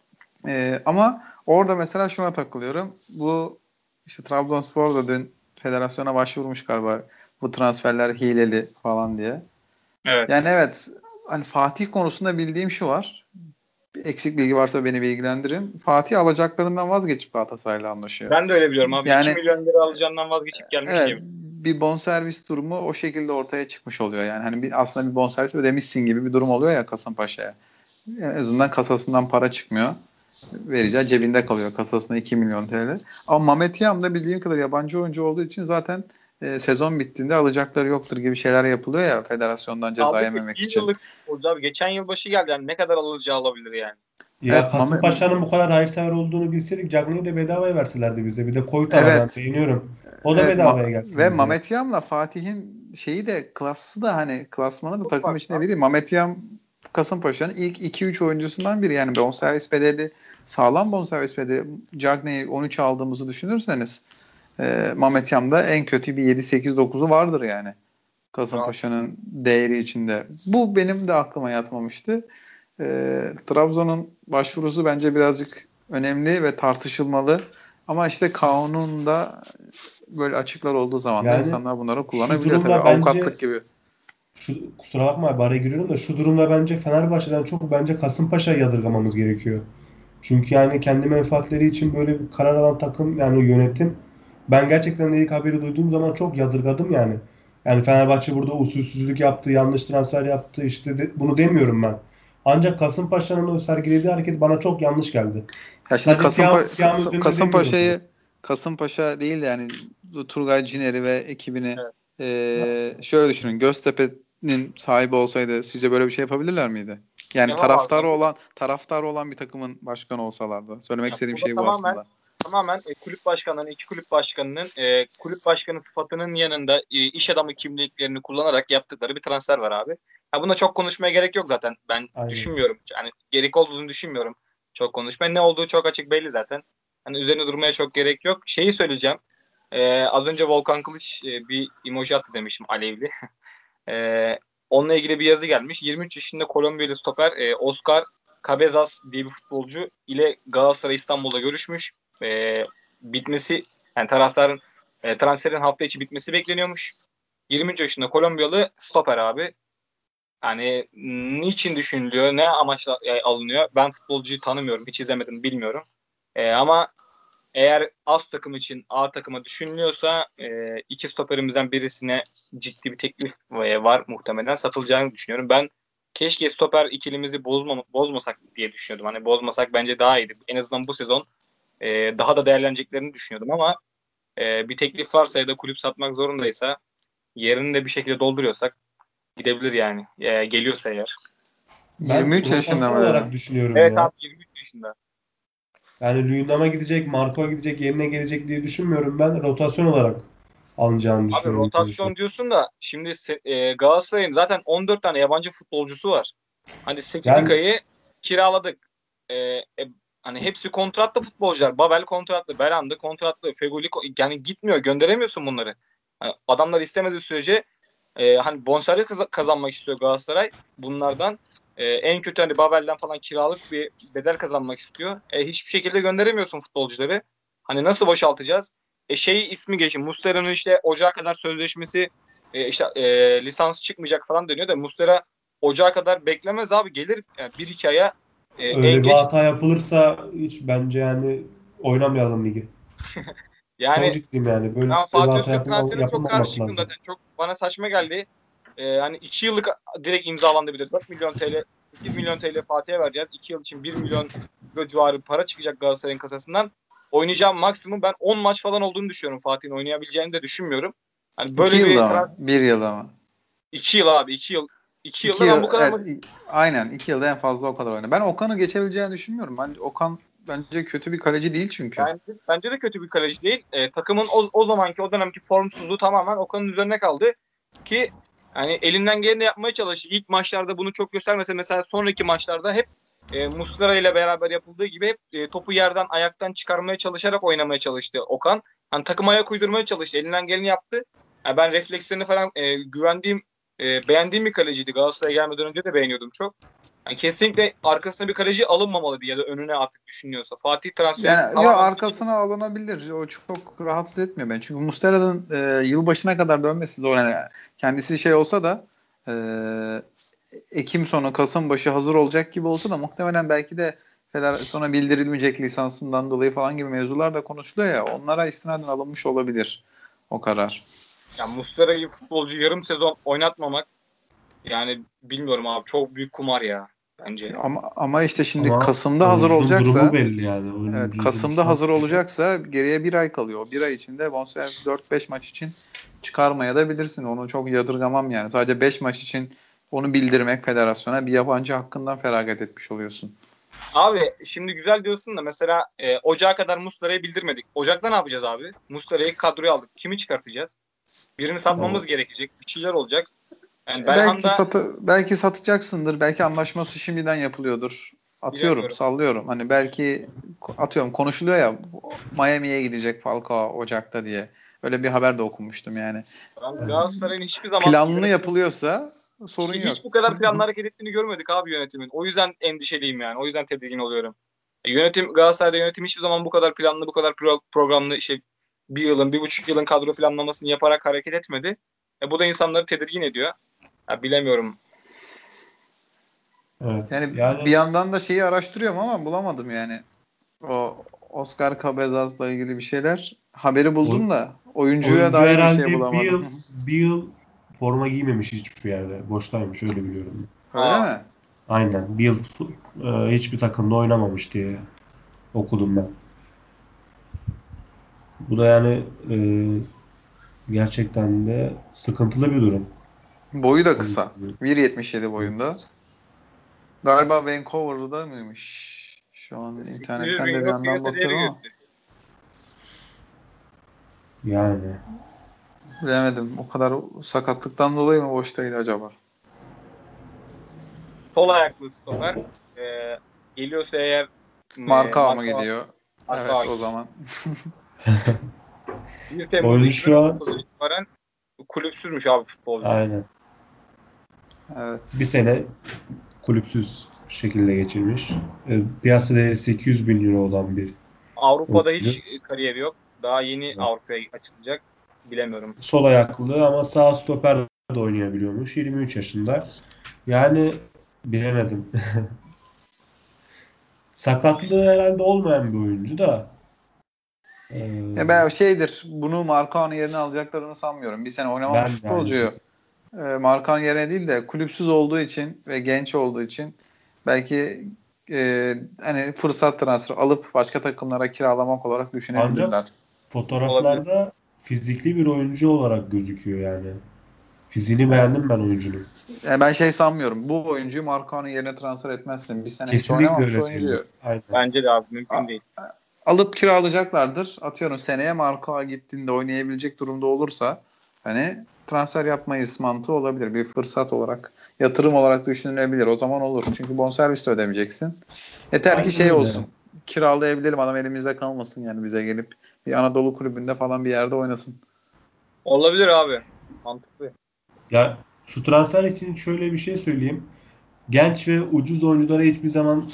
Ama orada mesela şuna takılıyorum. Bu işte Trabzonspor da dün federasyona başvurmuş galiba, bu transferler hileli falan diye. Evet. Yani evet, hani Fatih konusunda bildiğim şu var. Bir eksik bilgi varsa beni bilgilendirin. Fatih alacaklarından vazgeçip Galatasaray'la anlaşıyor. Ben de öyle biliyorum abi. Yani, 2 milyon lira alacağından vazgeçip gelmiş evet, gibi. Bir bonservis durumu o şekilde ortaya çıkmış oluyor. Yani hani aslında bir bonservis ödemişsin gibi bir durum oluyor ya Kasımpaşa'ya. En azından kasasından para çıkmıyor. Vereceği cebinde kalıyor, kasasında 2 milyon TL. Ama Mehmet Yam da bildiğim kadar yabancı oyuncu olduğu için zaten sezon bittiğinde alacakları yoktur gibi şeyler yapılıyor ya federasyondan ceza yememek için. Yıllık abi, geçen yıl başı geldi. Yani ne kadar alacağı alabilir yani. Ya evet, Kasımpaşa'nın bu kadar hayırsever olduğunu bilseydik Cagney'i de bedavaya verselerdi bize. Bir de Koyut'a ben beğeniyorum. O da bedavaya gelsin. Ve Mehmet Yam'la Fatih'in şeyi de, klası da, hani klasmanı da takım içinde biri. Mehmet Yam Kasımpaşa'nın ilk 2-3 oyuncusundan biri. Yani bonservis bedeli, sağlam bonservis bedeli. Cagney'i 13 aldığımızı düşünürseniz Mehmet Yam'da en kötü bir 7-8-9'u vardır yani. Kasımpaşa'nın değeri içinde. Bu benim de aklıma yatmamıştı. Trabzon'un başvurusu bence birazcık önemli ve tartışılmalı. Ama işte kanunda böyle açıklar olduğu zaman da insanlar bunları kullanabiliyor. Tabii, avukatlık gibi. Kusura bakma araya giriyorum da şu durumda bence Fenerbahçe'den çok Kasımpaşa'yı yadırgamamız gerekiyor. Çünkü yani kendi menfaatleri için böyle bir karar alan takım, yani yönetim. Ben gerçekten ilk haberi duyduğum zaman çok yadırgadım yani. Yani Fenerbahçe burada usulsüzlük yaptı, yanlış transfer yaptı, işte bunu demiyorum ben. Ancak Kasımpaşa'nın o sergilediği hareket bana çok yanlış geldi. Ya şimdi Kasımpaşa'yı Kasımpaşa değil de yani Turgay Ciner'i ve ekibini Evet. şöyle düşünün. Göztepe'nin sahibi olsaydı sizce böyle bir şey yapabilirler miydi? Yani Yapamazlar. taraftarı olan bir takımın başkanı olsalardı. Söylemek Ya istediğim burada şey bu tamamen aslında. kulüp başkanlarının, iki kulüp başkanının kulüp başkanı sıfatının yanında iş adamı kimliklerini kullanarak yaptıkları bir transfer var abi. Ya buna çok konuşmaya gerek yok zaten. Ben Aynen. düşünmüyorum. Yani gerek olduğunu düşünmüyorum. Çok konuşmaya. Ne olduğu çok açık belli zaten. Hani üzerine durmaya çok gerek yok. Şeyi söyleyeceğim. Az önce Volkan Kılıç bir emoji attı demişim alevli. E, Onunla ilgili bir yazı gelmiş. 23 yaşında Kolombiyalı stoper Oscar Cabezas diye bir futbolcu ile Galatasaray İstanbul'da görüşmüş. Bitmesi yani taraftarın transferin hafta içi bitmesi bekleniyormuş. 23 yaşında Kolombiyalı stoper abi. Yani niçin düşünülüyor, ne amaçla alınıyor? Ben futbolcuyu tanımıyorum, hiç izlemedim, bilmiyorum. Ama eğer az takım için A takıma düşünülüyorsa iki stoperimizden birisine ciddi bir teklif var muhtemelen. Satılacağını düşünüyorum. Ben keşke stoper ikilimizi bozmasak diye düşünüyordum. Hani bozmasak bence daha iyiydi. En azından bu sezon daha da değerleneceklerini düşünüyordum ama bir teklif varsa ya da kulüp satmak zorundaysa yerini de bir şekilde dolduruyorsak gidebilir yani. Geliyorsa eğer. Ben 23 yaşında rotasyon mı olarak dedin? düşünüyorum Evet ya. abi 23 yaşında. Yani Luyendam'a gidecek, Marco'ya gidecek, yerine gelecek diye düşünmüyorum ben. Rotasyon olarak alınacağını Abi düşünüyorum rotasyon pozisyonu. diyorsun da şimdi Galatasaray'ın zaten 14 tane yabancı futbolcusu var. Hani Yani Sekidika'yı kiraladık. E, e, Hani hepsi kontratlı futbolcular. Babel kontratlı, Belhanda kontratlı, Feguli yani gitmiyor, gönderemiyorsun bunları. Hani adamlar istemediği sürece hani bonservis kazanmak istiyor Galatasaray bunlardan. En kötü hani Babel'den falan kiralık bir bedel kazanmak istiyor. Hiçbir şekilde gönderemiyorsun futbolcuları. Hani nasıl boşaltacağız? İsmi geçin. Muslera'nın işte Ocağa kadar sözleşmesi lisans çıkmayacak falan deniyor da Muslera Ocağa kadar beklemez abi. Gelir yani 1-2 aya en öyle bir geç. hata yapılırsa hiç bence yani oynamayalım ligi. Çok Yani ciddiyim yani. Böyle ben bir Fatih hata Öztürk transferine çok karşı yapılmaması çıktım lazım. zaten. Çok bana saçma geldi. Hani 2 yıllık direkt imzalandı bir de. 4 milyon TL, 8 milyon TL Fatih'e vereceğiz. 2 yıl için 1 milyon euro civarı para çıkacak Galatasaray'ın kasasından. Oynayacağım maksimum ben 10 maç falan olduğunu düşünüyorum. Fatih'in oynayabileceğini de düşünmüyorum. Hani 2 böyle bir yılda mı? 1 yılda mı? 2 yıl abi 2 yıl. 2 2 yılda yıl ben bu kadar maç. aynen 2 yılda en fazla o kadar oynadı. Ben Okan'ı geçebileceğini düşünmüyorum. Okan bence kötü bir kaleci değil çünkü. Bence de kötü bir kaleci değil. Takımın o zamanki o dönemki formsuzluğu tamamen Okan'ın üzerine kaldı ki yani elinden geleni yapmaya çalıştı. İlk maçlarda bunu çok göstermese mesela sonraki maçlarda hep Muslera ile beraber yapıldığı gibi hep topu yerden ayaktan çıkarmaya çalışarak oynamaya çalıştı Okan. Hani takım ayak uydurmaya çalıştı. Elinden geleni yaptı. Yani ben reflekslerini falan beğendiğim bir kaleciydi. Galatasaray'a gelmeden önce de beğeniyordum çok. Yani kesinlikle arkasına bir kaleci alınmamalı ya da önüne artık düşünüyorsa. Fatih transferi Yani ya tamamen arkasına alınabilir. O çok rahatsız etmiyor beni. Çünkü Muslera'nın yılbaşına kadar dönmesi zor. Yani kendisi şey olsa da e, Ekim sonu Kasım başı hazır olacak gibi olsa da muhtemelen belki de federasyona bildirilmeyecek lisansından dolayı falan gibi mevzular da konuşuluyor ya. Onlara istinaden alınmış olabilir o karar. yani Muslera'yı futbolcu yarım sezon oynatmamak yani bilmiyorum abi çok büyük kumar ya bence. Ama işte şimdi Ama Kasım'da hazır oyuncunun durumu olacaksa belli yani. evet Oyuncuyu Kasım'da gidişten hazır sonra. olacaksa geriye bir ay kalıyor. O bir ay içinde bonservis 4-5 maç için çıkarmaya da bilirsin. Onu çok yadırgamam yani. Sadece 5 maç için onu bildirmek federasyona bir yabancı hakkından feragat etmiş oluyorsun. Abi şimdi güzel diyorsun da mesela Ocağa kadar Muslera'yı bildirmedik. Ocak'ta ne yapacağız abi? Muslera'yı kadroya aldık. Kimi çıkartacağız? Birini satmamız Ama gerekecek. Bir şeyler olacak. Yani Belhanda Belki satacaksındır. Belki anlaşması şimdiden yapılıyordur. Atıyorum, bilemiyorum. sallıyorum. Hani belki atıyorum konuşuluyor ya Miami'ye gidecek Falcao Ocak'ta diye. Öyle bir haber de okumuştum yani. Ben yani Galatasaray'ın hiçbir zaman Planlı yönetimi yapılıyorsa sorun yok. hiç bu kadar planlı hareket ettiğini görmedik abi yönetimin. O yüzden endişeliyim yani. O yüzden tedirgin oluyorum. Galatasaray'da yönetim hiçbir zaman bu kadar planlı, bu kadar programlı bir yılın, 1,5 yılın kadro planlamasını yaparak hareket etmedi. Bu da insanları tedirgin ediyor. Ya bilemiyorum. evet. Yani bir Yani yandan da şeyi araştırıyorum ama bulamadım yani. O Oscar Cabezas'la ilgili bir şeyler. Haberi o, buldum da oyuncuya oyuncu dair bir şey herhalde bir bulamadım. yıl bir yıl forma giymemiş hiçbir yerde. Boştaymış öyle biliyorum. Öyle Aa, mi? Aynen. Bir yıl hiçbir takımda oynamamış diye okudum ben. Bu da yani gerçekten de sıkıntılı bir durum. Boyu da kısa. 1.77 boyunda. Galiba Vancouver'da mıymış? Şu an 800 internetten bin de bir euro yandan piyasa değeri bakıyorum ama gösteriyor. Yani bilemedim. O kadar sakatlıktan dolayı mı boştaydı acaba? Sol ayaklı stoper. Geliyorsa eğer Marka mı marka gidiyor? Evet, marka o zaman. 1 Temmuz oyuncu şu an 2019'da itibaren kulüpsüzmüş abi futbolcu. aynen Evet. bir sene kulüpsüz şekilde geçirmiş. Piyasa değeri 800 bin euro olan bir Avrupa'da oyuncu. hiç kariyeri yok. Daha yeni Evet. Avrupa'ya açılacak. Bilemiyorum. Sol ayaklı ama sağ stoper de oynayabiliyormuş. 23 yaşında. Yani bilemedim. Sakatlığı herhalde olmayan bir oyuncu da. Ya ben bunu Markao'nun yerine alacaklarını sanmıyorum. Bir sene oynamamış Ben de aynı futbolcuyu şekilde. Markao'nun yerine değil de kulüpsüz olduğu için ve genç olduğu için belki hani fırsat transferi alıp başka takımlara kiralamak olarak Ancak düşünebilirler. Olabilir. fotoğraflarda fizikli bir oyuncu olarak gözüküyor yani. Fiziğini Evet. beğendim ben oyuncunun. Ben sanmıyorum. Bu oyuncuyu Markao'nun yerine transfer etmezsin. Bir sene hiç Kesinlikle oynamamış öyle değil. oyuncuyu Aynen. Bence de abi mümkün a- değil. alıp kiralayacaklardır. Atıyorum seneye Markao gittiğinde oynayabilecek durumda olursa hani transfer yapmayız mantığı olabilir. Bir fırsat olarak, yatırım olarak düşünülebilir. O zaman olur. Çünkü bonservis de ödemeyeceksin. Yeter ki Aynen öyle. olsun. Kiralayabilelim. Adam elimizde kalmasın yani bize gelip bir Anadolu kulübünde falan bir yerde oynasın. Olabilir abi. Mantıklı. Ya şu transfer için şöyle bir şey söyleyeyim. Genç ve ucuz oyunculara hiçbir zaman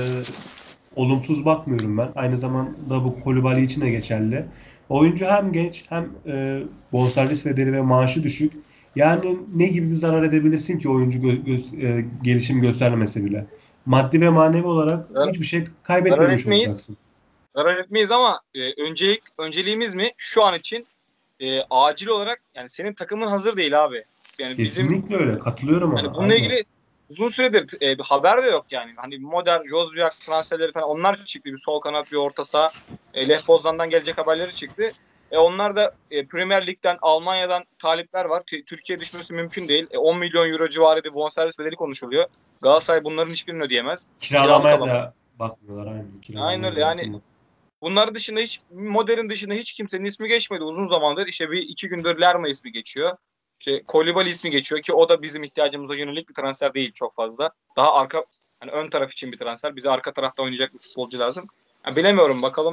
olumsuz bakmıyorum ben. Aynı zamanda bu Koulibaly için de geçerli. Oyuncu hem genç hem bonservis bedeli ve maaşı düşük. Yani ne gibi bir zarar edebilirsin ki oyuncu gelişim göstermese bile. Maddi ve manevi olarak Zar- hiçbir şey Zarar kaybetmemiş etmeyiz. olacaksın. Zarar etmeyiz ama önceliğimiz mi şu an için acil olarak yani senin takımın hazır değil abi. Yani bizim Kesinlikle öyle. Katılıyorum yani ona. bununla Aynen. ilgili uzun süredir bir haber de yok yani. Hani modern Jozviak transferleri falan onlar çıktı. Bir sol kanat bir orta saha. Lech Poznan'dan gelecek haberleri çıktı. Onlar da Premier Lig'den Almanya'dan talipler var. Türkiye düşmesi mümkün değil. 10 milyon euro civarı bir bonservis bedeli konuşuluyor. Galatasaray bunların hiçbirini ödeyemez. Kiralık Kiralamaya alamaz. da bakmıyorlar. Aynen. Aynen Kiralamaya öyle da yani bakmıyorlar. bunlar dışında modern dışında hiç kimsenin ismi geçmedi uzun zamandır. İşte bir iki gündür Lerma ismi geçiyor. İşte Koulibaly ismi geçiyor ki o da bizim ihtiyacımıza yönelik bir transfer değil çok fazla. Daha arka hani ön taraf için bir transfer. Bize arka tarafta oynayacak bir futbolcu lazım. Yani bilemiyorum bakalım.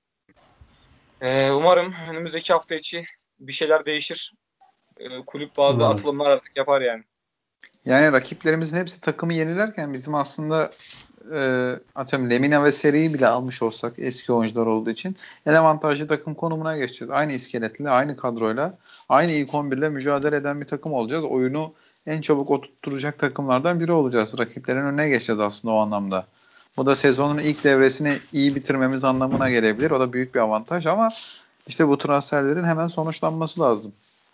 Umarım önümüzdeki hafta içi bir şeyler değişir. Kulüp bazı Umarım. atılımlar artık yapar yani. Yani rakiplerimizin hepsi takımı yenilerken bizim aslında atıyorum Lemina ve Seri'yi bile almış olsak eski oyuncular olduğu için en avantajlı takım konumuna geçeceğiz. Aynı iskeletle, aynı kadroyla, aynı ilk 11 ile mücadele eden bir takım olacağız. Oyunu en çabuk oturtturacak takımlardan biri olacağız. Rakiplerin önüne geçeceğiz aslında o anlamda. Bu da sezonun ilk devresini iyi bitirmemiz anlamına gelebilir. O da büyük bir avantaj ama işte bu transferlerin hemen sonuçlanması lazım.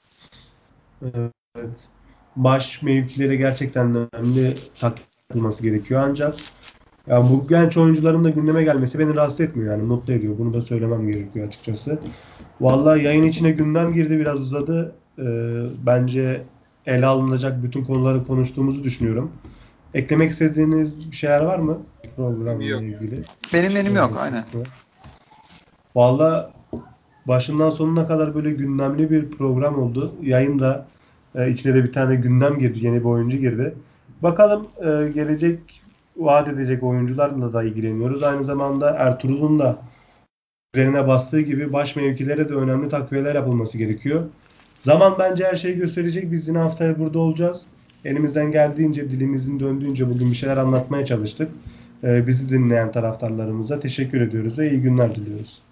Evet. Baş mevkilere gerçekten de önemli takılması gerekiyor. Ancak ya bu genç oyuncuların da gündeme gelmesi beni rahatsız etmiyor yani mutlu ediyor. Bunu da söylemem gerekiyor açıkçası. Vallahi yayın içine gündem girdi biraz uzadı. Bence ele alınacak bütün konuları konuştuğumuzu düşünüyorum. Eklemek istediğiniz bir şeyler var mı programla Yok. ilgili? Benim yok aynen. Vallahi başından sonuna kadar böyle gündemli bir program oldu. Yayında içine de bir tane gündem girdi. Yeni bir oyuncu girdi. Bakalım gelecek vaat edecek oyuncularla da ilgileniyoruz. Aynı zamanda Ertuğrul'un da üzerine bastığı gibi baş mevkilere de önemli takviyeler yapılması gerekiyor. Zaman bence her şeyi gösterecek. Biz yine haftaya burada olacağız. Elimizden geldiğince, dilimizin döndüğünce bugün bir şeyler anlatmaya çalıştık. Bizi dinleyen taraftarlarımıza teşekkür ediyoruz ve iyi günler diliyoruz.